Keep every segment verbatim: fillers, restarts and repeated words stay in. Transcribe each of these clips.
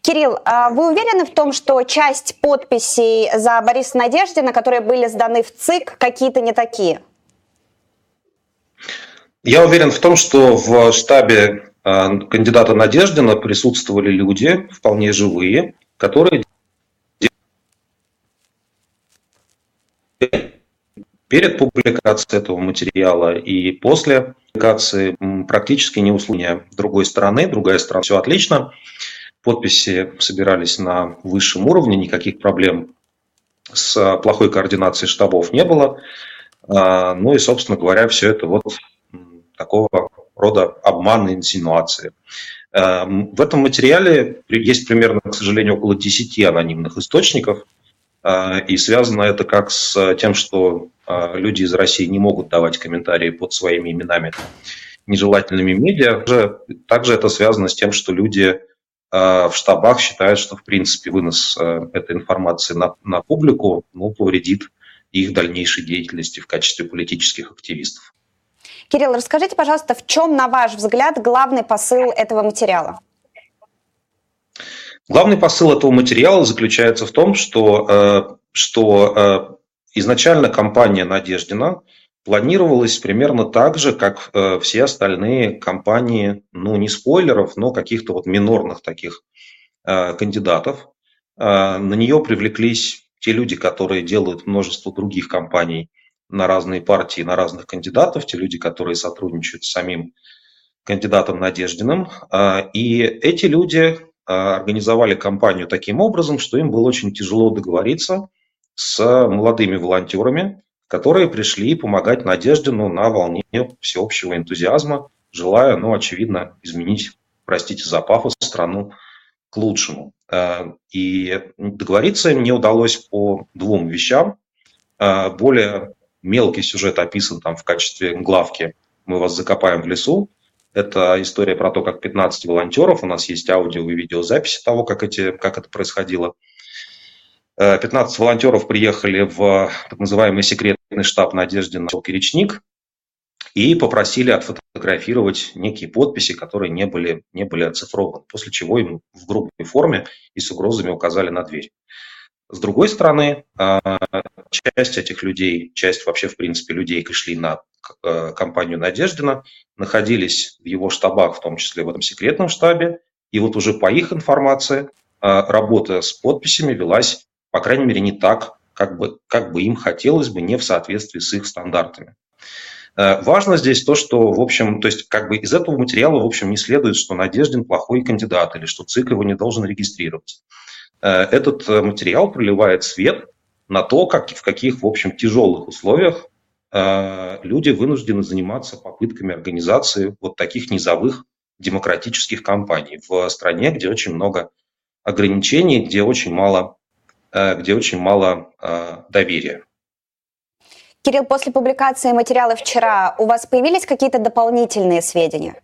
Кирилл, а вы уверены в том, что часть подписей за Бориса Надеждина, которые были сданы в ЦИК, какие-то не такие? Я уверен в том, что в штабе кандидата Надеждина присутствовали люди, вполне живые, которые перед публикацией этого материала и после публикации практически не услышали с другой стороны. Другая сторона, все отлично. Подписи собирались на высшем уровне, никаких проблем с плохой координацией штабов не было. Ну и, собственно говоря, все это вот такого рода обман и инсинуации. В этом материале есть примерно, к сожалению, около десяти анонимных источников. И связано это как с тем, что люди из России не могут давать комментарии под своими именами нежелательными медиа. Также это связано с тем, что люди в штабах считают, что в принципе вынос этой информации на, на публику ну, повредит их дальнейшей деятельности в качестве политических активистов. Кирилл, расскажите, пожалуйста, в чем, на ваш взгляд, главный посыл этого материала? Главный посыл этого материала заключается в том, что, что изначально кампания Надеждина планировалась примерно так же, как все остальные кампании, ну не спойлеров, но каких-то вот минорных таких кандидатов. На нее привлеклись те люди, которые делают множество других кампаний на разные партии, на разных кандидатов, те люди, которые сотрудничают с самим кандидатом Надеждиным. И эти люди организовали кампанию таким образом, что им было очень тяжело договориться с молодыми волонтерами, которые пришли помогать Надеждину на волне всеобщего энтузиазма, желая, ну, очевидно, изменить, простите за пафос, страну к лучшему. И договориться им не удалось по двум вещам. Более мелкий сюжет описан там в качестве главки «Мы вас закопаем в лесу». Это история про то, как пятнадцать волонтеров, у нас есть аудио и видеозаписи того, как, эти, как это происходило. пятнадцать волонтеров приехали в так называемый секретный штаб Надеждина «Речник» и попросили отфотографировать некие подписи, которые не были, не были оцифрованы, после чего им в грубой форме и с угрозами указали на дверь. С другой стороны, часть этих людей, часть вообще, в принципе, людей, которые шли на кампанию Надеждина, находились в его штабах, в том числе в этом секретном штабе, и вот уже по их информации работа с подписями велась, по крайней мере, не так, как бы, как бы им хотелось бы, не в соответствии с их стандартами. Важно здесь то, что, в общем, то есть как бы из этого материала, в общем, не следует, что Надеждин плохой кандидат или что ЦИК его не должен регистрировать. Этот материал проливает свет на то, как, в каких, в общем, тяжелых условиях люди вынуждены заниматься попытками организации вот таких низовых демократических кампаний в стране, где очень много ограничений, где очень мало, где очень мало доверия. Кирилл, после публикации материала вчера у вас появились какие-то дополнительные сведения?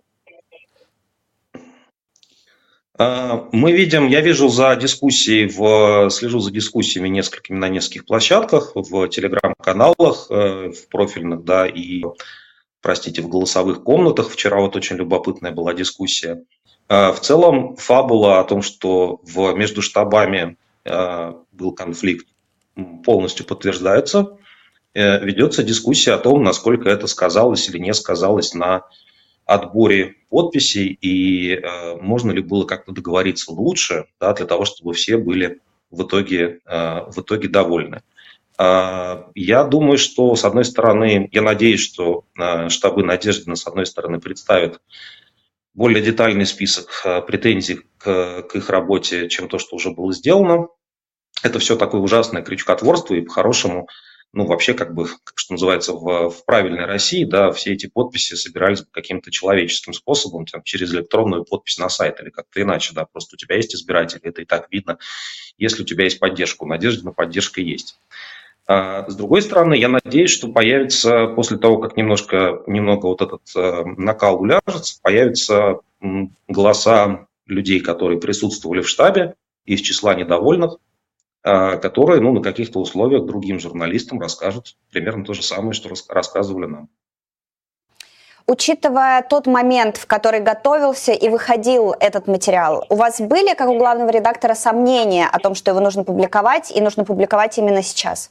Мы видим, я вижу за дискуссией, в, слежу за дискуссиями несколькими на нескольких площадках, в телеграм-каналах, в профильных, да, и, простите, в голосовых комнатах. Вчера вот очень любопытная была дискуссия. В целом фабула о том, что в, между штабами был конфликт, полностью подтверждается. Ведется дискуссия о том, насколько это сказалось или не сказалось на отборе подписей и э, можно ли было как-то договориться лучше, да, для того, чтобы все были в итоге, э, в итоге довольны. Э, я думаю, что, с одной стороны, я надеюсь, что э, штабы Надеждина, с одной стороны, представят более детальный список э, претензий к, к их работе, чем то, что уже было сделано. Это все такое ужасное крючкотворство, и по-хорошему, ну, вообще, как бы, что называется, в, в правильной России, да, все эти подписи собирались каким-то человеческим способом, там, через электронную подпись на сайт или как-то иначе, да, просто у тебя есть избиратели, это и так видно, если у тебя есть поддержка, у Надеждина поддержка есть. А, с другой стороны, я надеюсь, что появится, после того, как немножко, немного вот этот э, накал уляжется, появятся м, голоса людей, которые присутствовали в штабе, из числа недовольных, которые, ну, на каких-то условиях другим журналистам расскажут примерно то же самое, что рассказывали нам. Учитывая тот момент, в который готовился и выходил этот материал, у вас были, как у главного редактора, сомнения о том, что его нужно публиковать, и нужно публиковать именно сейчас?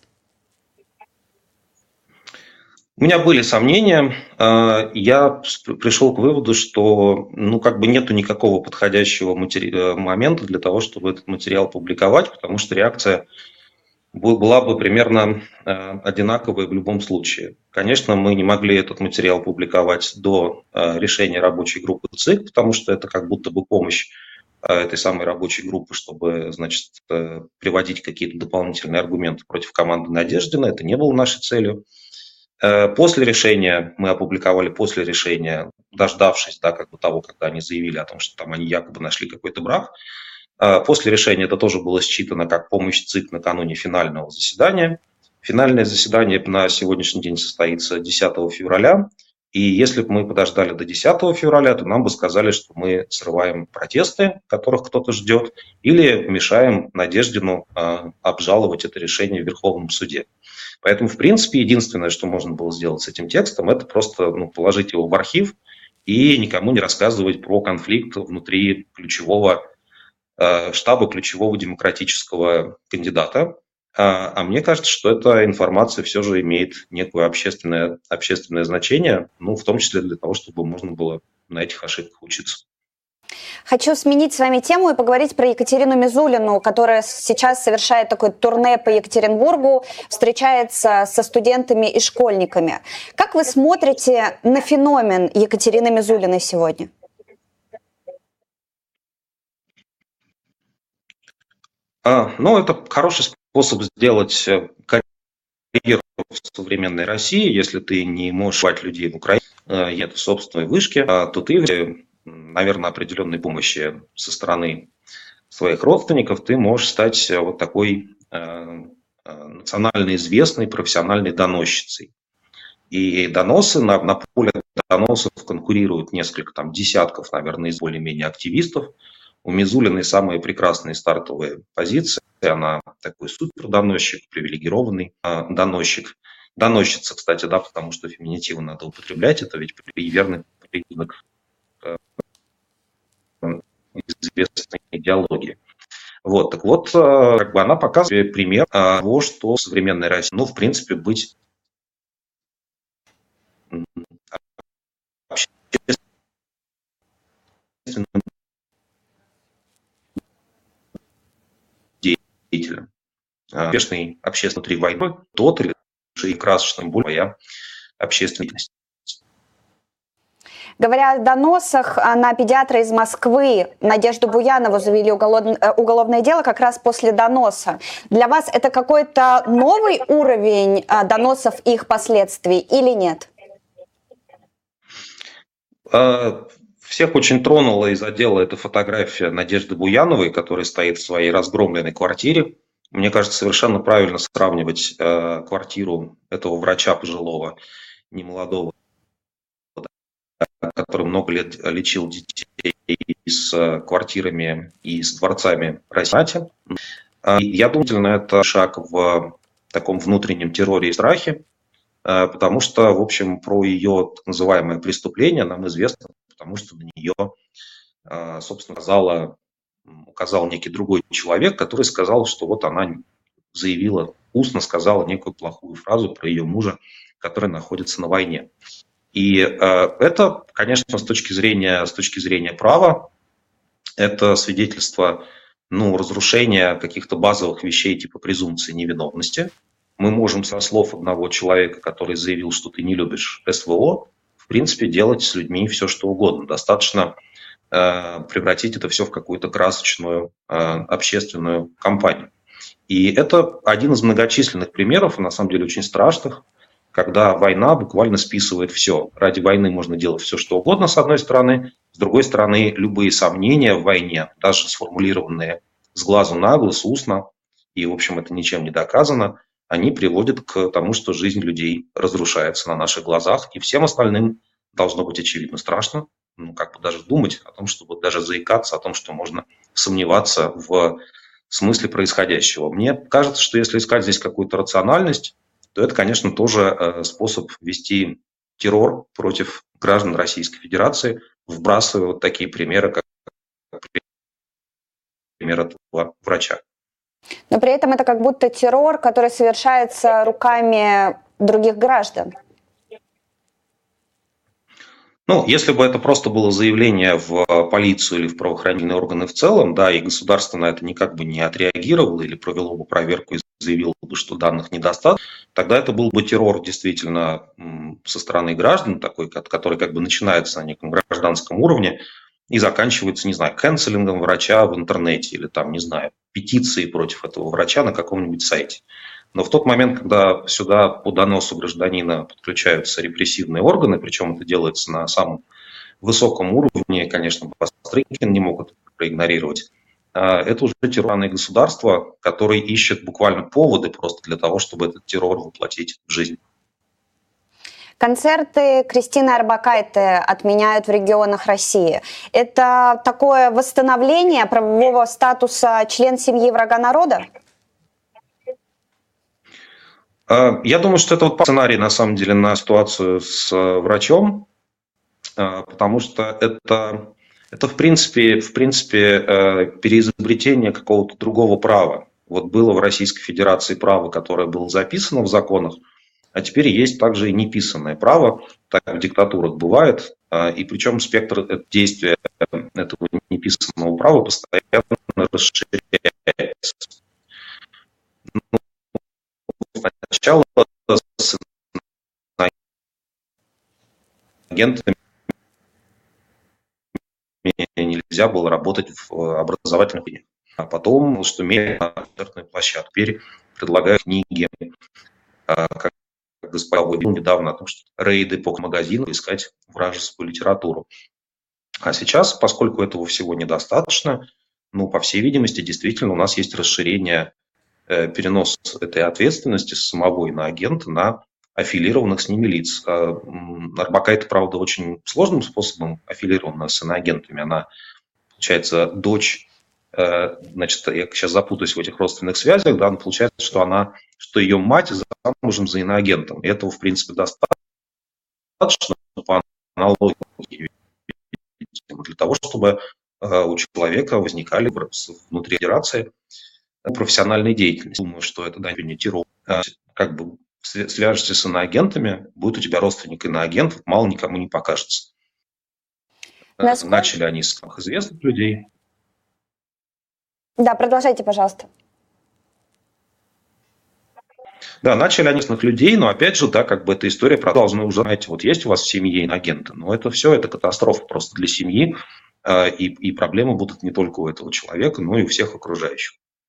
У меня были сомнения. Я пришел к выводу, что ну, как бы нету никакого подходящего матери... момента для того, чтобы этот материал публиковать, потому что реакция была бы примерно одинаковая в любом случае. Конечно, мы не могли этот материал публиковать до решения рабочей группы ЦИК, потому что это как будто бы помощь этой самой рабочей группы, чтобы, значит, приводить какие-то дополнительные аргументы против команды Надеждина. Это не было нашей целью. После решения, мы опубликовали после решения, дождавшись да, как бы того, когда они заявили о том, что там они якобы нашли какой-то брак. После решения это тоже было считано как помощь ЦИК накануне финального заседания. Финальное заседание на сегодняшний день состоится десятого февраля. И если бы мы подождали до десятого февраля, то нам бы сказали, что мы срываем протесты, которых кто-то ждет, или мешаем Надеждину обжаловать это решение в Верховном суде. Поэтому, в принципе, единственное, что можно было сделать с этим текстом, это просто ну, положить его в архив и никому не рассказывать про конфликт внутри ключевого э, штаба, ключевого демократического кандидата. А, а мне кажется, что эта информация все же имеет некое общественное, общественное значение, ну, в том числе для того, чтобы можно было на этих ошибках учиться. Хочу сменить с вами тему и поговорить про Екатерину Мизулину, которая сейчас совершает такое турне по Екатеринбургу, встречается со студентами и школьниками. Как вы смотрите на феномен Екатерины Мизулиной сегодня? А, ну, это хороший способ сделать карьеру в современной России. Если ты не можешь звать людей в Украине, нет собственной вышки, то ты... наверное, определенной помощи со стороны своих родственников, ты можешь стать вот такой э, национально известной профессиональной доносчицей. И доносы, на, на поле доносов конкурируют несколько там, десятков, наверное, из более-менее активистов. У Мизулиной самые прекрасные стартовые позиции. Она такой супердоносчик, привилегированный э, доносчик. Доносчица, кстати, да, потому что феминитивы надо употреблять, это ведь верный признак известной идеологии. Вот, так вот, как бы она показывает пример того, что современная Россия, ну, в принципе, быть общественным деятелем. Успешный общественный внутри войны, тот или и красочным более общественность. Говоря о доносах, на педиатра из Москвы Надежду Буянову завели уголовное дело как раз после доноса. Для вас это какой-то новый уровень доносов и их последствий или нет? Всех очень тронула из-за дела эта фотография Надежды Буяновой, которая стоит в своей разгромленной квартире. Мне кажется, совершенно правильно сравнивать квартиру этого врача пожилого, немолодого, который много лет лечил детей с квартирами и с дворцами России. Я думаю, это шаг в таком внутреннем терроре и страхе, потому что, в общем, про ее так называемое преступление нам известно, потому что на нее, собственно, указала, указал некий другой человек, который сказал, что вот она заявила, устно сказала некую плохую фразу про ее мужа, который находится на войне. И э, это, конечно, с точки зрения, с точки зрения права, это свидетельство ну, разрушения каких-то базовых вещей типа презумпции невиновности. Мы можем со слов одного человека, который заявил, что ты не любишь СВО, в принципе, делать с людьми все, что угодно. Достаточно э, превратить это все в какую-то красочную э, общественную кампанию. И это один из многочисленных примеров, на самом деле очень страшных, когда война буквально списывает все. Ради войны можно делать все, что угодно, с одной стороны. С другой стороны, любые сомнения в войне, даже сформулированные с глазу на глаз, устно, и, в общем, это ничем не доказано, они приводят к тому, что жизнь людей разрушается на наших глазах, и всем остальным должно быть очевидно страшно, ну, как бы даже думать о том, чтобы даже заикаться о том, что можно сомневаться в смысле происходящего. Мне кажется, что если искать здесь какую-то рациональность, то это, конечно, тоже способ вести террор против граждан Российской Федерации, вбрасывая вот такие примеры, как пример этого врача. Но при этом это как будто террор, который совершается руками других граждан. Ну, если бы это просто было заявление в полицию или в правоохранительные органы в целом, да, и государство на это никак бы не отреагировало или провело бы проверку и заявило бы, что данных недостаточно, тогда это был бы террор действительно со стороны граждан, такой, который как бы начинается на неком гражданском уровне и заканчивается, не знаю, канцелингом врача в интернете или там, не знаю, петицией против этого врача на каком-нибудь сайте. Но в тот момент, когда сюда по доносу гражданина подключаются репрессивные органы, причем это делается на самом высоком уровне, конечно, Бастрыкин не могут проигнорировать, это уже террорное государство, которое ищет буквально поводы просто для того, чтобы этот террор воплотить в жизнь. Концерты Кристины Орбакайте отменяют в регионах России. Это такое восстановление правового статуса член семьи врага народа? Я думаю, что это вот сценарий, на самом деле, на ситуацию с врачом, потому что это, это в принципе, в принципе, переизобретение какого-то другого права. Вот было в Российской Федерации право, которое было записано в законах, а теперь есть также и неписанное право, так в диктатурах бывает, и причем спектр действия этого неписанного права постоянно расширяется. Сначала с агентами нельзя было работать в образовательных медиа. А потом, что медиа на концертную площадку. Теперь предлагают книги, как господин говорил недавно о том, что рейды по магазинам искать вражескую литературу. А сейчас, поскольку этого всего недостаточно, ну, по всей видимости, действительно у нас есть расширение перенос этой ответственности с самого иноагента на аффилированных с ними лиц. Орбакайте, правда, очень сложным способом аффилирована с иноагентами. Она, получается, дочь, значит, я сейчас запутаюсь в этих родственных связях, да, но получается, что она, что ее мать замужем за иноагентом. И этого, в принципе, достаточно по аналогии для того, чтобы у человека возникали внутри федерации профессиональной деятельности. Думаю, что это, да, не террор. Как бы свяжешься с иноагентами, будет у тебя родственник иноагент, мало никому не покажется. Насколько... Начали они с самых известных людей. Да, продолжайте, пожалуйста. Да, начали они с известных людей, но опять же, да, как бы эта история продолжена уже, знаете, вот есть у вас в семье иноагенты, но это все, это катастрофа просто для семьи, и, и проблемы будут не только у этого человека, но и у всех окружающих.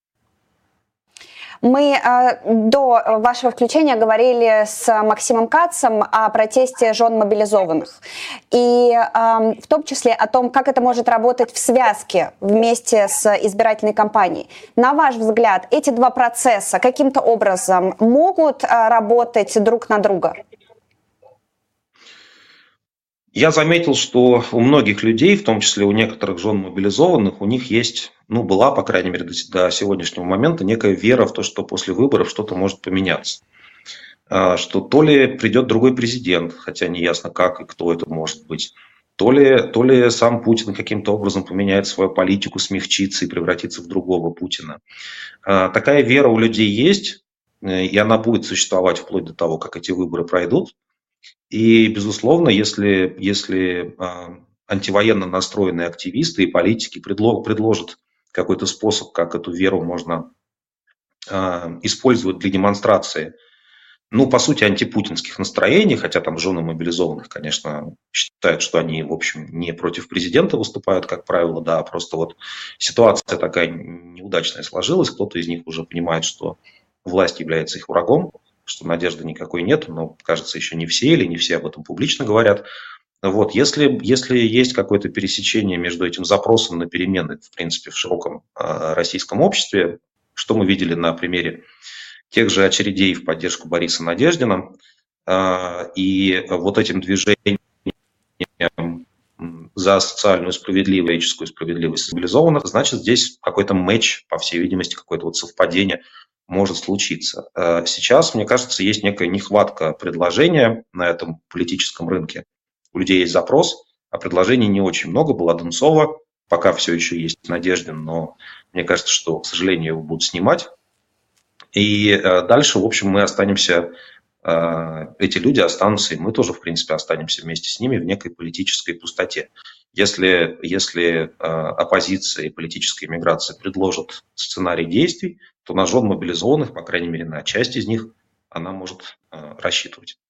Мы э, до вашего включения говорили с Максимом Кацем о протесте жен мобилизованных. И э, в том числе о том, как это может работать в связке вместе с избирательной кампанией. На ваш взгляд, эти два процесса каким-то образом могут э, работать друг на друга? Я заметил, что у многих людей, в том числе у некоторых жен мобилизованных, у них есть, ну, была, по крайней мере, до, до сегодняшнего момента некая вера в то, что после выборов что-то может поменяться. Что то ли придет другой президент, хотя не ясно как и кто это может быть, то ли, то ли сам Путин каким-то образом поменяет свою политику, смягчится и превратится в другого Путина. Такая вера у людей есть, и она будет существовать вплоть до того, как эти выборы пройдут. И, безусловно, если, если э, антивоенно настроенные активисты и политики предло, предложат какой-то способ, как эту веру можно э, использовать для демонстрации, ну, по сути, антипутинских настроений, хотя там жены мобилизованных, конечно, считают, что они, в общем, не против президента выступают, как правило, да, просто вот ситуация такая неудачная сложилась, кто-то из них уже понимает, что власть является их врагом, что надежды никакой нет, но, кажется, еще не все или не все об этом публично говорят. Вот, если, если есть какое-то пересечение между этим запросом на перемены, в принципе, в широком э, российском обществе, что мы видели на примере тех же очередей в поддержку Бориса Надеждина, э, и вот этим движением за социальную справедливость, человеческую справедливость мобилизованных, значит, здесь какой-то матч, по всей видимости, какое-то вот совпадение может случиться. Сейчас, мне кажется, есть некая нехватка предложения на этом политическом рынке. У людей есть запрос, а предложений не очень много. Была Донцова, пока все еще есть Надеждин, но мне кажется, что, к сожалению, его будут снимать. И дальше, в общем, мы останемся, эти люди останутся, и мы тоже, в принципе, останемся вместе с ними в некой политической пустоте. Если, если оппозиция и политическая миграция предложат сценарий действий, то на жен мобилизованных, по крайней мере, на часть из них, она может рассчитывать.